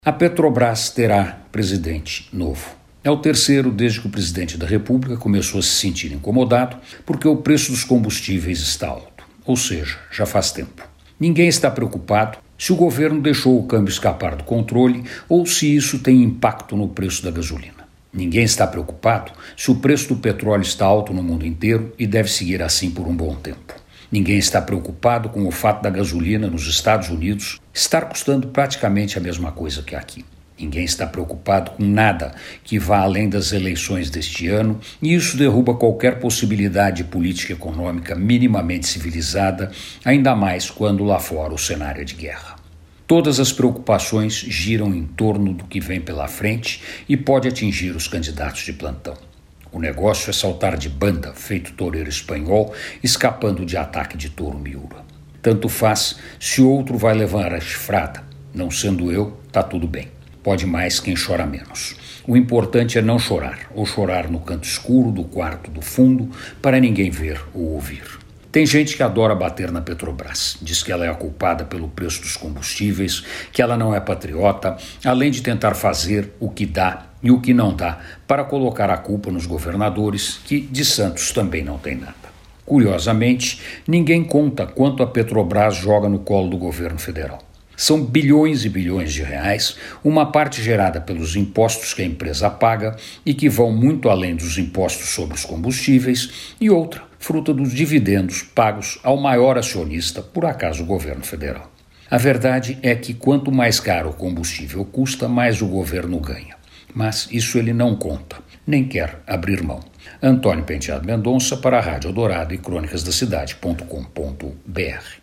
A Petrobras terá presidente novo. É o terceiro desde que o presidente da República começou a se sentir incomodado porque o preço dos combustíveis está alto. Ou seja, já faz tempo. Ninguém está preocupado se o governo deixou o câmbio escapar do controle ou se isso tem impacto no preço da gasolina. Ninguém está preocupado se o preço do petróleo está alto no mundo inteiro e deve seguir assim por um bom tempo. Ninguém está preocupado com o fato da gasolina nos Estados Unidos estar custando praticamente a mesma coisa que aqui. Ninguém está preocupado com nada que vá além das eleições deste ano e isso derruba qualquer possibilidade política econômica minimamente civilizada, ainda mais quando lá fora o cenário é de guerra. Todas as preocupações giram em torno do que vem pela frente e pode atingir os candidatos de plantão. O negócio é saltar de banda, feito toureiro espanhol, escapando de ataque de touro miúra. Tanto faz se outro vai levar a chifrada. Não sendo eu, tá tudo bem. Pode mais quem chora menos. O importante é não chorar, ou chorar no canto escuro do quarto do fundo, para ninguém ver ou ouvir. Tem gente que adora bater na Petrobras, diz que ela é a culpada pelo preço dos combustíveis, que ela não é patriota, além de tentar fazer o que dá e o que não dá para colocar a culpa nos governadores, que de Santos também não tem nada. Curiosamente, ninguém conta quanto a Petrobras joga no colo do governo federal. São bilhões e bilhões de reais, uma parte gerada pelos impostos que a empresa paga e que vão muito além dos impostos sobre os combustíveis, e outra, fruta dos dividendos pagos ao maior acionista, por acaso o governo federal. A verdade é que quanto mais caro o combustível custa, mais o governo ganha. Mas isso ele não conta, nem quer abrir mão. Antônio Penteado Mendonça para a Rádio Eldorado e crônicasdacidade.com.br.